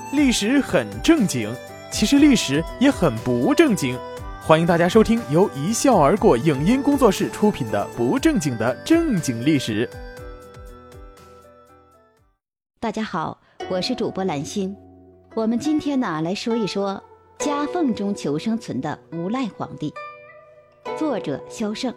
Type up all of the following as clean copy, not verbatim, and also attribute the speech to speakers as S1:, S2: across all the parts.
S1: 历史很正经，其实历史也很不正经。欢迎大家收听由一笑而过影音工作室出品的《不正经的正经历史》。
S2: 大家好，我是主播兰心。我们今天呢来说一说夹缝中求生存的无赖皇帝。作者萧胜。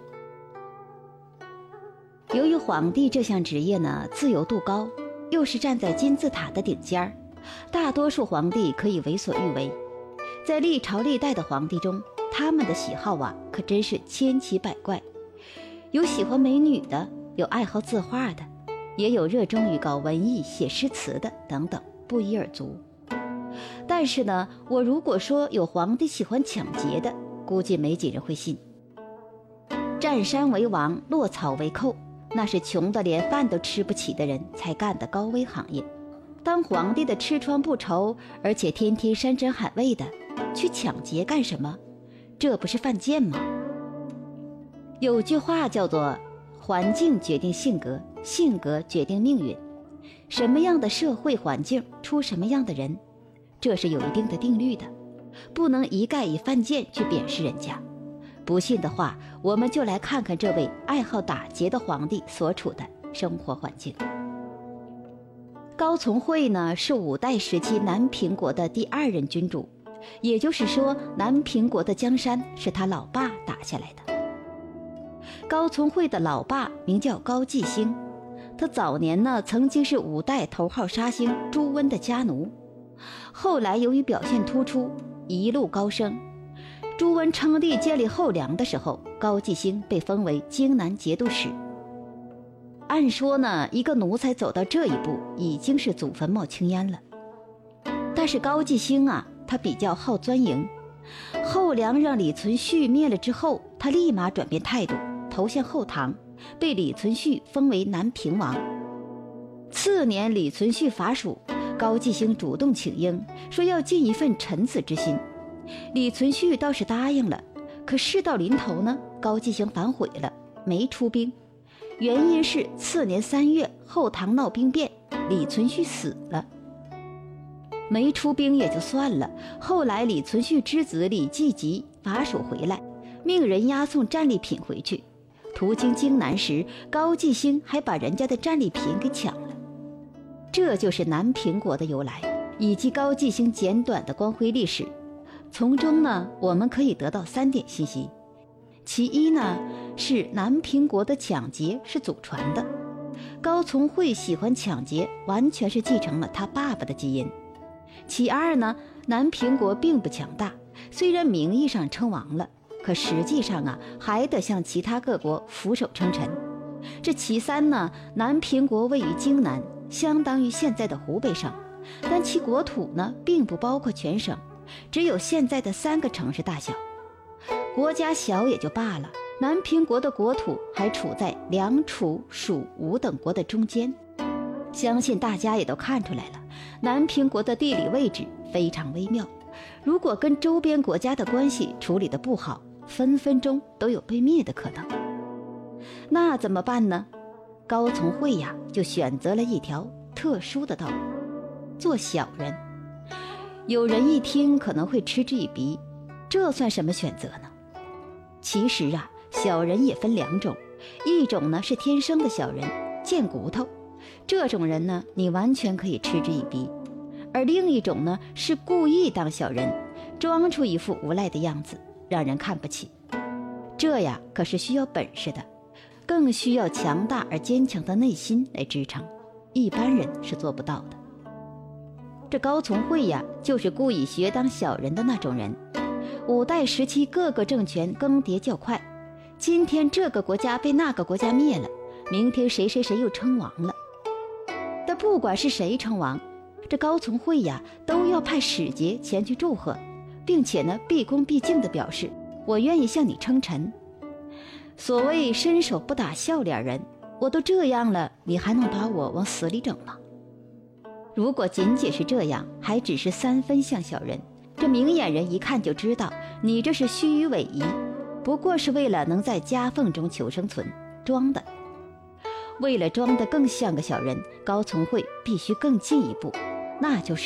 S2: 由于皇帝这项职业呢自由度高，又是站在金字塔的顶尖儿，大多数皇帝可以为所欲为。在历朝历代的皇帝中，他们的喜好可真是千奇百怪，有喜欢美女的，有爱好字画的，也有热衷于搞文艺写诗词的等等，不一而足。但是呢，我如果说有皇帝喜欢抢劫的，估计没几人会信。占山为王，落草为寇，那是穷得连饭都吃不起的人才干的高危行业。当皇帝的吃穿不愁，而且天天山珍海味的，去抢劫干什么？这不是犯贱吗？有句话叫做环境决定性格，性格决定命运。什么样的社会环境出什么样的人，这是有一定的定律的，不能一概以犯贱去贬视人家。不信的话，我们就来看看这位爱好打劫的皇帝所处的生活环境。高从诲呢，是五代时期南平国的第2任君主，也就是说，南平国的江山是他老爸打下来的。高从诲的老爸名叫高季兴，他早年呢曾经是5代头号杀星朱温的家奴，后来由于表现突出，一路高升。朱温称帝建立后梁的时候，高季兴被封为荆南节度使。按说呢，一个奴才走到这一步，已经是祖坟冒青烟了。但是高季兴他比较好钻营。后梁让李存勖灭了之后，他立马转变态度，投向后唐，被李存勖封为南平王。次年李存勖伐蜀，高季兴主动请缨，说要尽一份臣子之心。李存勖倒是答应了，可事到临头呢，高季兴反悔了，没出兵。原因是次年3月后唐闹兵变，李存勖死了。没出兵也就算了，后来李存勖之子李继吉伐蜀回来，命人押送战利品回去。途经荆南时，高季兴还把人家的战利品给抢了。这就是南平国的由来，以及高季兴简短的光辉历史。从中呢，我们可以得到3点信息。其一呢，是南平国的抢劫是祖传的，高从诲喜欢抢劫，完全是继承了他爸爸的基因。其二呢，南平国并不强大，虽然名义上称王了，可实际上还得向其他各国俯首称臣。这其三呢，南平国位于荆南，相当于现在的湖北省，但其国土呢并不包括全省，只有现在的3个城市大小。国家小也就罢了，南平国的国土还处在梁、楚、蜀、吴等国的中间。相信大家也都看出来了，南平国的地理位置非常微妙，如果跟周边国家的关系处理得不好，分分钟都有被灭的可能。那怎么办呢？高从诲就选择了一条特殊的道路，做小人。有人一听可能会嗤之以鼻，这算什么选择呢？其实小人也分2种，一种呢是天生的小人，贱骨头，这种人呢你完全可以嗤之以鼻；而另一种呢是故意当小人，装出一副无赖的样子，让人看不起。这可是需要本事的，更需要强大而坚强的内心来支撑，一般人是做不到的。这高从诲就是故意学当小人的那种人。5代时期各个政权更迭较快，今天这个国家被那个国家灭了，明天谁又称王了。但不管是谁称王，这高从诲都要派使节前去祝贺，并且呢毕恭毕敬地表示，我愿意向你称臣。所谓伸手不打笑脸人，我都这样了，你还能把我往死里整吗？如果仅仅是这样，还只是3分像小人，这明眼人一看就知道你这是虚与委蛇，不过是为了能在夹缝中求生存装的。为了装得更像个小人，高从诲必须更进一步，那就是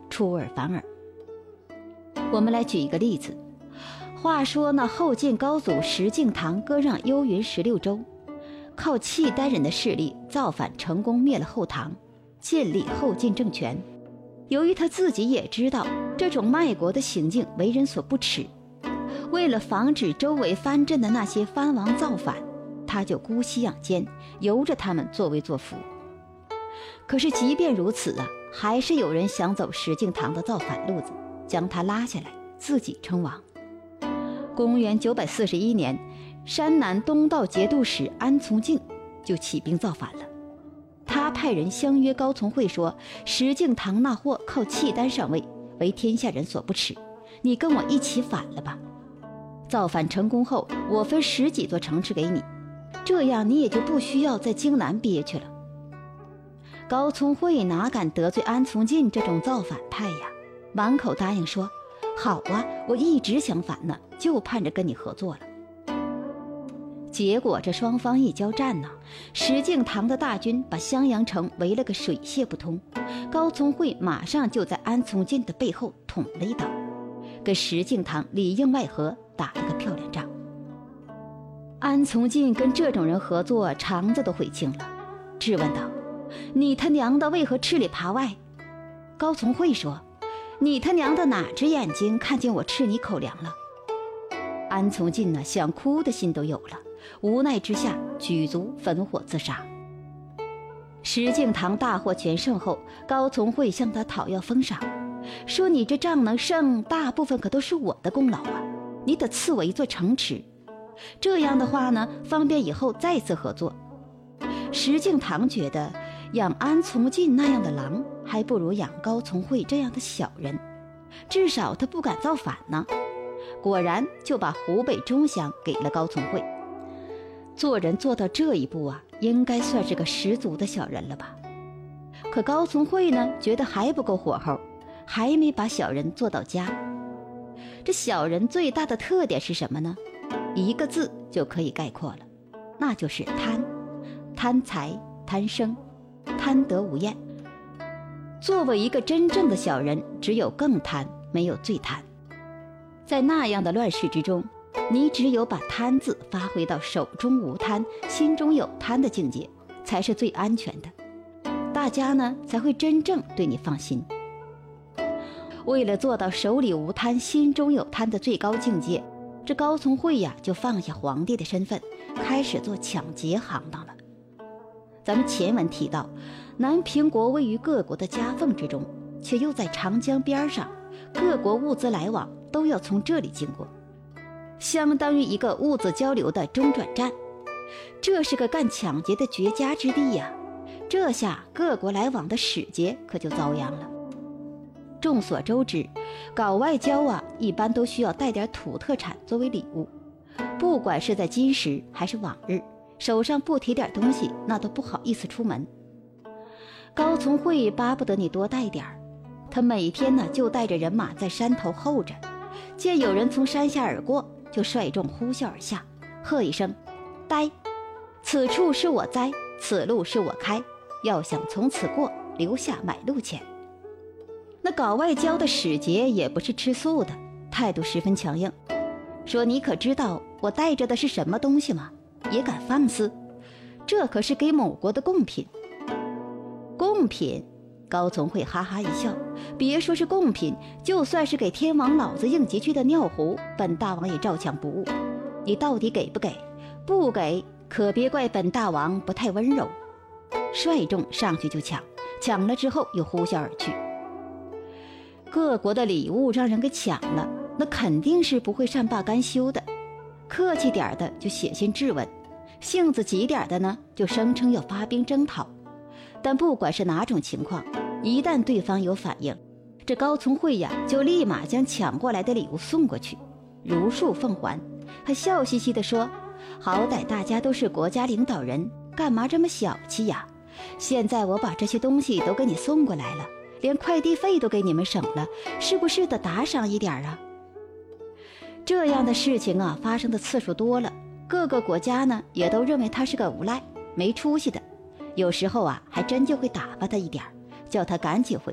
S2: 出尔反尔。我们来举一个例子，话说那后晋高祖石敬瑭割让幽云16州，靠契丹人的势力造反成功灭了后唐，建立后晋政权。由于他自己也知道这种卖国的行径为人所不齿，为了防止周围藩镇的那些藩王造反，他就姑息养奸，由着他们作威作福。可是即便如此啊，还是有人想走石敬瑭的造反路子，将他拉下来，自己称王。公元941年，山南东道节度使安从进就起兵造反了。他派人相约高从诲说，石敬瑭那货靠契丹上位，为天下人所不齿，你跟我一起反了吧。造反成功后，我分10几座城池给你，这样你也就不需要在京南憋屈了。高从诲哪敢得罪安从进这种造反派呀，满口答应说，好啊，我一直想反呢，就盼着跟你合作了。结果这双方一交战呢，石敬瑭的大军把襄阳城围了个水泄不通，高从诲马上就在安从进的背后捅了一刀，跟石敬瑭里应外合，打了个漂亮仗。安从进跟这种人合作，肠子都悔青了，质问道，你他娘的为何吃里扒外？高从诲说，你他娘的哪只眼睛看见我吃你口粮了？安从进呢，想哭的心都有了，无奈之下举足焚火自杀。石敬瑭大获全胜后，高从诲向他讨要封赏，说你这仗能胜，大部分可都是我的功劳啊，你得赐我一座城池，这样的话呢，方便以后再次合作。石敬瑭觉得养安从进那样的狼，还不如养高从诲这样的小人，至少他不敢造反呢。果然就把湖北钟祥给了高从诲。做人做到这一步啊，应该算是个十足的小人了吧。可高从诲呢，觉得还不够火候，还没把小人做到家。这小人最大的特点是什么呢？一个字就可以概括了，那就是贪。贪财、贪生、贪得无厌。作为一个真正的小人，只有更贪，没有最贪。在那样的乱世之中，你只有把贪字发挥到手中无贪，心中有贪的境界，才是最安全的。大家呢，才会真正对你放心。为了做到手里无贪，心中有贪的最高境界，这高从诲呀，就放下皇帝的身份，开始做抢劫行当了。咱们前文提到，南平国位于各国的夹缝之中，却又在长江边上，各国物资来往都要从这里经过，相当于一个物资交流的中转站。这是个干抢劫的绝佳之地呀，这下各国来往的使节可就遭殃了。众所周知，搞外交啊，一般都需要带点土特产作为礼物，不管是在今时还是往日，手上不提点东西，那都不好意思出门。高从诲巴不得你多带点儿，他每天呢就带着人马在山头候着，见有人从山下而过，就率众呼啸而下，喝一声：呆！此处是我栽，此路是我开，要想从此过，留下买路钱。那搞外交的使节也不是吃素的，态度十分强硬，说你可知道我带着的是什么东西吗？也敢放肆？这可是给某国的贡品。贡品？高从诲哈哈一笑，别说是贡品，就算是给天王老子应急去的尿壶，本大王也照抢不误。你到底给不给？不给，可别怪本大王不太温柔。率众上去就抢，抢了之后又呼啸而去。各国的礼物让人给抢了，那肯定是不会善罢甘休的。客气点的就写信质问，性子急点的呢，就声称要发兵征讨。但不管是哪种情况，一旦对方有反应，这高从诲呀，就立马将抢过来的礼物送过去，如数奉还，还笑嘻嘻地说：好歹大家都是国家领导人，干嘛这么小气呀？现在我把这些东西都给你送过来了，连快递费都给你们省了，是不是得打赏一点啊？这样的事情啊，发生的次数多了，各个国家呢也都认为他是个无赖没出息的，有时候啊还真就会打发他一点，叫他赶紧回去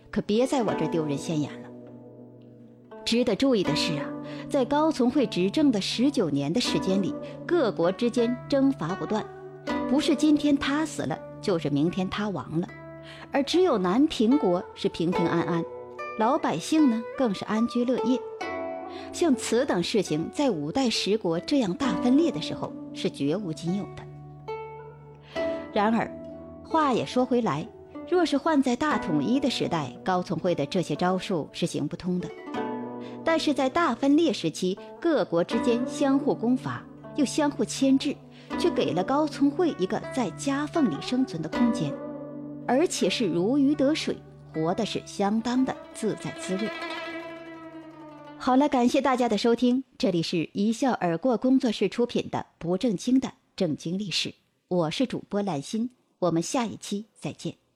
S2: 可别在我这丢人现眼了。值得注意的是啊，在高从荟执政的19年的时间里，各国之间征伐不断，不是今天他死了，就是明天他亡了。而只有南平国是平平安安，老百姓呢更是安居乐业。像此等事情在5代10国这样大分裂的时候是绝无仅有的。然而话也说回来，若是换在大统一的时代，高从荟的这些招数是行不通的。但是在大分裂时期，各国之间相互攻伐，又相互牵制，却给了高从荟一个在夹缝里生存的空间，而且是如鱼得水，活的是相当的自在滋润。好了，感谢大家的收听，这里是一笑而过工作室出品的不正经的正经历史，我是主播兰心，我们下一期再见。